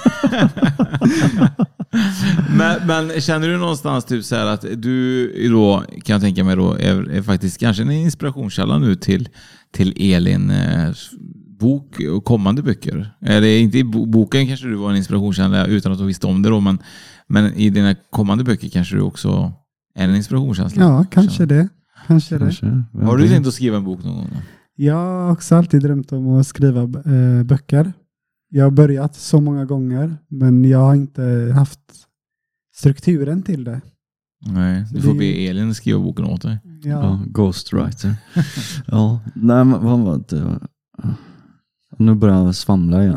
men, men känner du någonstans typ så här att du då, kan jag tänka mig då, är, är faktiskt kanske en inspirationskälla nu till, till Elin eh, bok och kommande böcker? Eller inte i boken kanske du var en inspirationskälla utan att du visste om det då, men, men i dina kommande böcker kanske du också är en inspirationskänsla? Ja, kanske det. Kanske, Kanske. det. Har du tänkt att skriva en bok någon gång då? Jag har också alltid drömt om att skriva äh, böcker. Jag har börjat så många gånger, men jag har inte haft strukturen till det. Nej, du får be Elin skriva boken åt dig. Ja. Ja, ghostwriter. Ja, nej men vad var det? Nu börjar jag svamla igen.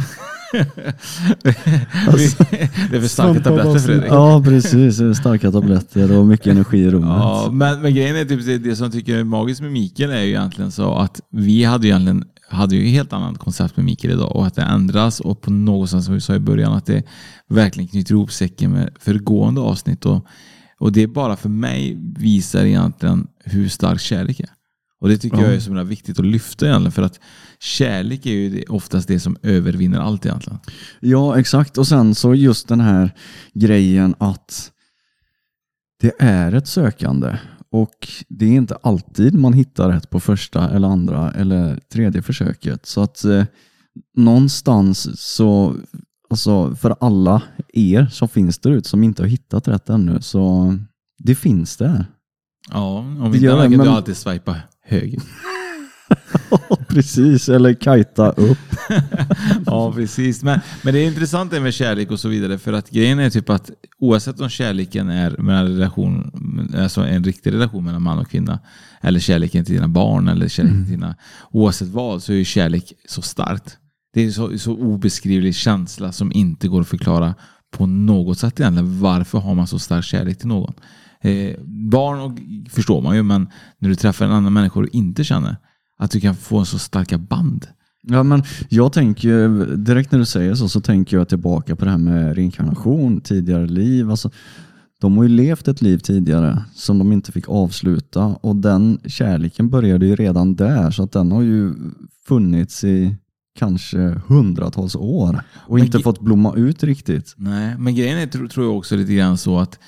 Alltså, det är för starka tabletter, Fredrik. Ja, precis. Starka tabletter och mycket energi i rummet. Ja, men, men grejen är typ det, det som jag tycker är magiskt med Mikael är ju egentligen så att vi hade ju egentligen hade ju helt annat koncept med Mikael idag och att det ändras och på något sätt som vi sa i början att det verkligen knyter ihop säcken med föregående avsnitt och, och det är bara för mig visar egentligen hur stark kärlek är. Och det tycker ja. jag är så viktigt att lyfta egentligen för att kärlek är ju oftast det som övervinner allt egentligen. Ja, exakt. Och sen så just den här grejen att det är ett sökande och det är inte alltid man hittar rätt på första eller andra eller tredje försöket. Så att eh, någonstans så, alltså för alla er som finns där ute som inte har hittat rätt ännu, så det finns där. Ja, om vi inte kan men... du alltid swipa höger. Precis, eller kajta upp. Ja, precis. Men, men det är intressant det med kärlek och så vidare, för att grejen är typ att oavsett om kärleken är med en relation, alltså en riktig relation mellan man och kvinna, eller kärleken till dina barn, eller kärleken mm. till dina, oavsett vad, så är ju kärlek så starkt. Det är så, så obeskrivlig känsla som inte går att förklara på något sätt egentligen. Varför har man så stark kärlek till någon? Eh, barn och, förstår man ju, men när du träffar en annan människa och inte känner att du kan få en så starka band. Ja, men jag tänker direkt när du säger så så tänker jag tillbaka på det här med reinkarnation, tidigare liv. Alltså, de har ju levt ett liv tidigare som de inte fick avsluta och den kärleken började ju redan där, så att den har ju funnits i kanske hundratals år och men inte ge- fått blomma ut riktigt. Nej, men grejen är, tror jag också lite grann så att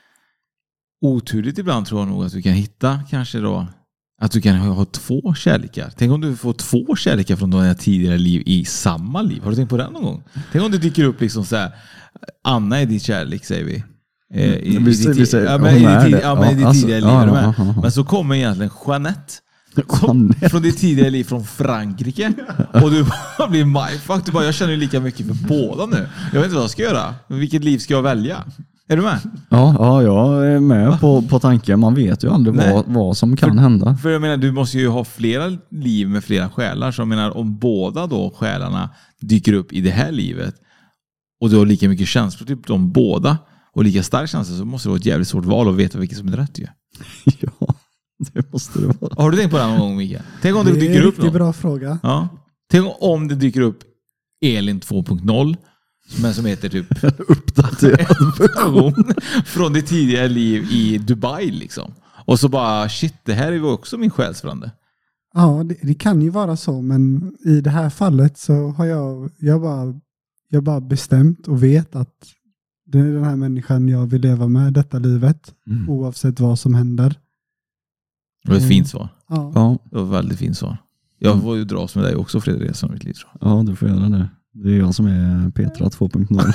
oturligt ibland tror jag nog att du kan hitta kanske då att du kan ha två kärlekar. Tänk om du får två kärlekar från dina tidigare liv i samma liv. Har du tänkt på det någon gång? Tänk om det dyker upp liksom så här, Anna är din kärlek, säger vi. Eh, i, vi, i, vi säger, ja, men i ditt tid, ja, men ja, alltså, tidigare ja, liv. ja, ja, ja. Men så kommer egentligen Jeanette Kom, från ditt tidigare liv från Frankrike och du bara blir mindfuck. Du bara, jag känner ju lika mycket för båda nu. Jag vet inte vad jag ska göra. Vilket liv ska jag välja? Är du med? Ja, ja jag är med på, på tanken. Man vet ju aldrig vad, vad som kan för, hända. För jag menar, du måste ju ha flera liv med flera själar. Så jag menar, om båda då själarna dyker upp i det här livet och du har lika mycket känslor typ de båda och lika stark känsla, så måste det vara ett jävligt svårt val att veta vilket som är rätt ju. Ja, det måste det vara. Har du tänkt på det någon gång, Mikael? Tänk om det, det dyker upp någon. Det är en bra fråga. Ja. Tänk om det dyker upp Elin två punkt noll men som heter typ uppdaterad version från det tidigare liv i Dubai liksom. Och så bara, shit, det här är ju också min själsfrände. Ja, det, det kan ju vara så, men i det här fallet så har jag jag bara, jag bara bestämt och vet att det är den här människan jag vill leva med detta livet, mm. oavsett vad som händer. Det var ett fint svar. Ja. Ja. Det var ett väldigt fint svar. Jag får ju dras med dig också, Fredrik, resten av mitt liv, tror jag. Ja, du får göra det. Det är jag som är Petra två punkt noll.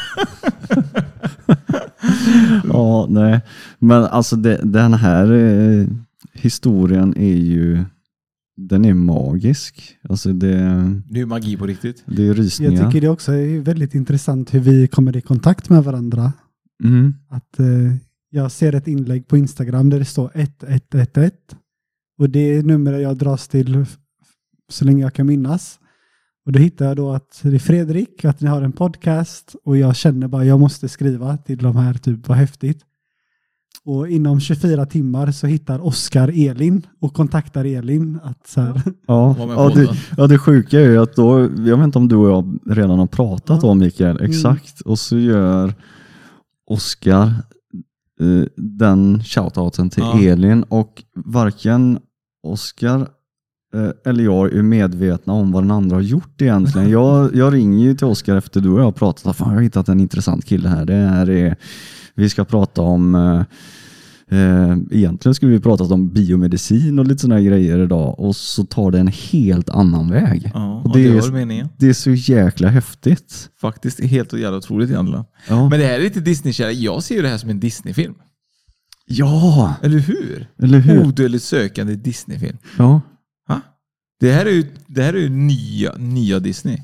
Ja, nej. Men alltså det, den här eh, historien är ju, den är magisk. Alltså det, det är ju magi på riktigt. Det är rysningar. Jag tycker det också är väldigt intressant hur vi kommer i kontakt med varandra. Mm. Att eh, jag ser ett inlägg på Instagram där det står ett ett ett ett. Och det är numret jag dras till så länge jag kan minnas. Och då hittar jag då att det är Fredrik, att ni har en podcast och jag känner bara jag måste skriva till de här, typ vad häftigt. Och inom tjugofyra timmar så hittar Oskar Elin och kontaktar Elin att så här. Ja, ja, det, ja, det sjuka är ju att då, jag vet inte om du och jag redan har pratat ja. om Mikael, exakt. Mm. Och så gör Oskar uh, den shoutouten till Ja. Elin, och varken Oskar uh, eller jag är medvetna om vad den andra har gjort egentligen. jag, jag ringer ju till Oskar efter du och jag har pratat. Fan, jag har hittat en intressant kille här. Det här är, vi ska prata om uh, Uh, egentligen skulle vi prata om biomedicin och lite såna här grejer idag, och så tar det en helt annan väg. Ja, och det, det, det är, var meningen. det är så jäkla häftigt. Faktiskt helt och jävla otroligt egentligen. Ja. Men det här är lite Disney-kärlek. Jag ser ju det här som en Disney-film. Ja, Eller hur? eller hur? Odödligt sökande Disney-film. Ja. Ha? Det här är ju, det här är ju nya, nya Disney.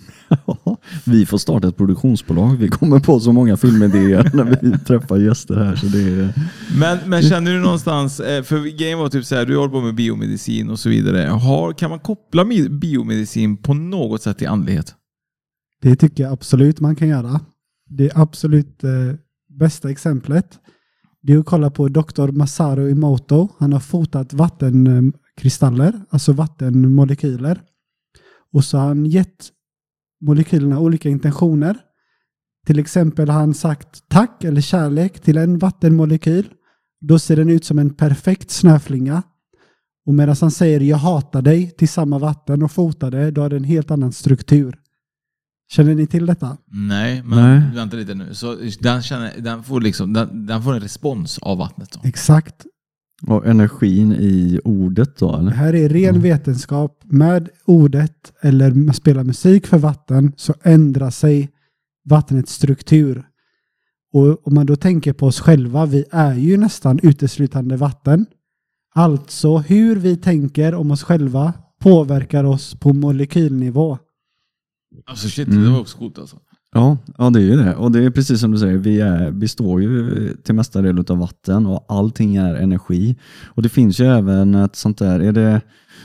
Vi får starta ett produktionsbolag. Vi kommer på så många filmidéer när vi träffar gäster här. Så det är... men, men känner du någonstans, för grejen var typ så här, du håller på med biomedicin och så vidare. Har, kan man koppla biomedicin på något sätt till andlighet? Det tycker jag absolut man kan göra. Det absolut eh, bästa exemplet, det är att kolla på doktor Masaru Emoto. Han har fotat vattenkristaller, alltså vattenmolekyler. Och så har han gett molekylerna olika intentioner. Till exempel har han sagt tack eller kärlek till en vattenmolekyl. Då ser den ut som en perfekt snöflinga. Och medan han säger jag hatar dig till samma vatten och fotar det, då har det en helt annan struktur. Känner ni till detta? Nej, men Nej. vänta lite nu. Så den, känner, den, får liksom, den, den får en respons av vattnet då? Exakt. Och energin i ordet då, eller? Det här är ren Mm. vetenskap. Med ordet eller med spela musik för vatten så ändrar sig vattnets struktur. Och om man då tänker på oss själva, vi är ju nästan uteslutande vatten. Alltså hur vi tänker om oss själva påverkar oss på molekylnivå. Alltså shit, Mm. det var också coolt alltså. Ja, ja, det är ju det. Och det är precis som du säger, vi är, består ju till mesta del av vatten och allting är energi. Och det finns ju även ett sånt där, är det,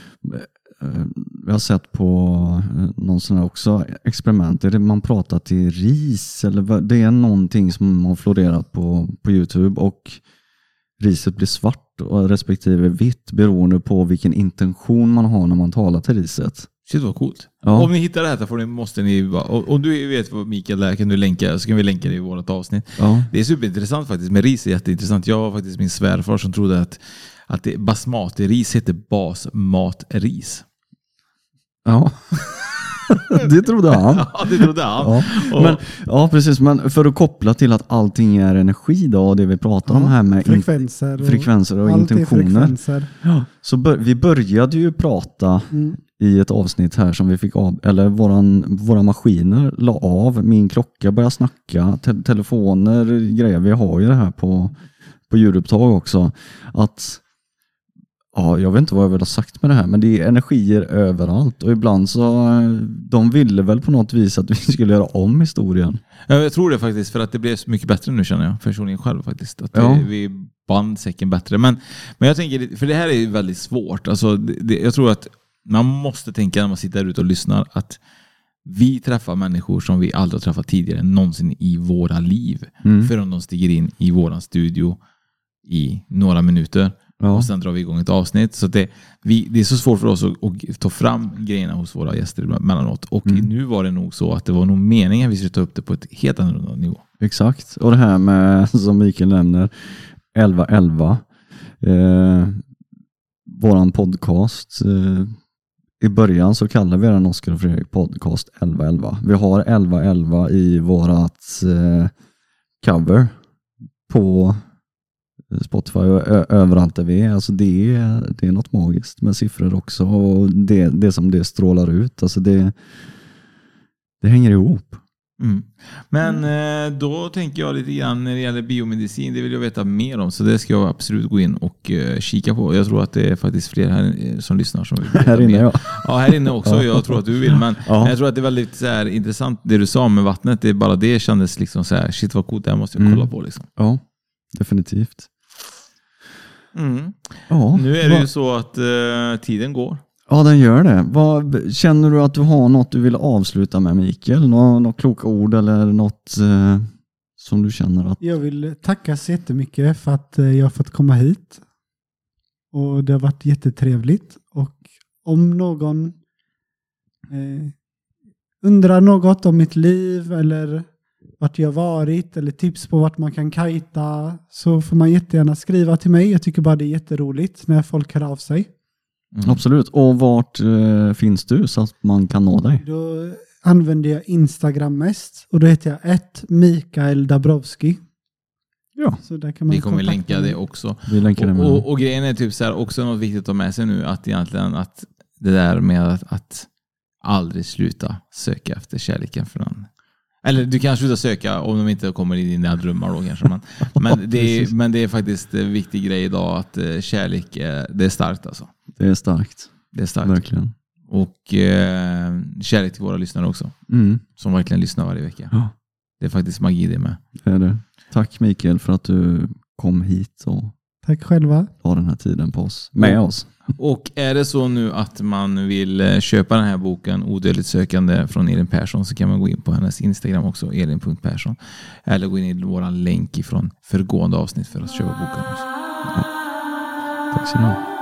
jag har sett på någon sån här också experiment, är det man pratar till ris eller vad, det är någonting som har florerat på, på YouTube, och riset blir svart och respektive vitt beroende på vilken intention man har när man talar till riset. Shit, vad coolt. Ja. Om ni hittar det här så får ni, måste ni bara, och, om du vet vad Mikael är kan du länka, så kan vi länka det i vårt avsnitt. Ja. Det är superintressant faktiskt, med ris är jätteintressant. Jag var faktiskt min svärfar som trodde att, att det, basmati-ris heter basmatris. Ja. Det trodde han. Ja, det trodde han. Ja. Och, Men, ja, precis. Men för att koppla till att allting är energi då, och det vi pratar om Ja, här med frekvenser och, frekvenser och allt är intentioner. frekvenser. Ja. Så bör, vi började ju prata Mm. i ett avsnitt här som vi fick av, eller våran, våra maskiner la av, min klocka började snacka, te- telefoner, grejer. Vi har ju det här på, på ljudupptag också. Att ja, jag vet inte vad jag vill ha sagt med det här, men det är energier överallt, och ibland så de ville väl på något vis att vi skulle göra om historien. jag tror det faktiskt, för att det blev så mycket bättre nu, känner jag personligen själv faktiskt. Att Ja. vi, vi band säcken bättre. Men, men jag tänker, för det här är ju väldigt svårt. Alltså, det, det, jag tror att man måste tänka när man sitter där ute och lyssnar att vi träffar människor som vi aldrig har träffat tidigare någonsin i våra liv. Mm. För om de stiger in i våran studio i några minuter. Ja. Och sen drar vi igång ett avsnitt. Så det, vi, det är så svårt för oss att, att ta fram grejerna hos våra gäster mellanåt. Och Mm. nu var det nog så att det var nog meningen att vi skulle ta upp det på ett helt annorlunda nivå. Exakt. Och det här med, som Mikael nämner, elva elva. Eh, våran podcast. Eh, I början så kallar vi den Oskar och Fredrik podcast elva elva. Vi har elva elva i vårat eh, cover på Spotify och ö- överallt där vi är. Alltså det är, det är något magiskt med siffror också, och det, det som det strålar ut. Alltså det, det hänger ihop. Mm. Men eh, då tänker jag lite grann när det gäller biomedicin, det vill jag veta mer om, så det ska jag absolut gå in och eh, kika på. Jag tror att det är faktiskt fler här eh, som lyssnar som vill veta Här inne, mer. ja. Ja, här inne också. Ja. Jag tror att du vill, men, Ja. men jag tror att det är väldigt så här, intressant det du sa med vattnet. Det är bara det kändes liksom så här, shit vad coolt, det här måste jag kolla Mm. på liksom. Ja, definitivt. Mm. Ja, Nu är det ju vad- så att eh, tiden går. Ja, den gör det. Vad, känner du att du har något du vill avsluta med, Mikael? Nå, något kloka ord eller något eh, som du känner att... Jag vill tacka så jättemycket för att eh, jag har fått komma hit. Och det har varit jättetrevligt. Och om någon eh, undrar något om mitt liv eller vart jag varit eller tips på vart man kan kajta, så får man jättegärna skriva till mig. Jag tycker bara det är jätteroligt när folk hör av sig. Mm. Absolut. Och vart eh, finns du så att man kan nå dig? Då använder jag Instagram mest och då heter jag ett Mikael Dabrowski. Ja. Så där kan man vi kommer länka det också. Vi länkar det med. Och, och, och grejen är typ så här, också något viktigt att ta med sig nu, att egentligen att det där med att, att aldrig sluta söka efter kärleken för den. Eller du kan sluta söka om de inte kommer i dina drömmar då kanske. Men, men, det är, men det är faktiskt en viktig grej idag att kärlek är, det är starkt alltså. Det är starkt. Det är starkt. Verkligen. Och eh, kärlek till våra lyssnare också. Mm. Som verkligen lyssnar varje vecka. Ja. Det är faktiskt magi det med. Det är det. Tack Mikael för att du kom hit och tack själva. Ha den här tiden på oss. Med och, oss. Och är det så nu att man vill köpa den här boken Odödligt sökande från Elin Persson, så kan man gå in på hennes Instagram också, elin punkt persson. Eller gå in i våran länk ifrån föregående avsnitt för att köpa boken också. Ja. Tack så mycket.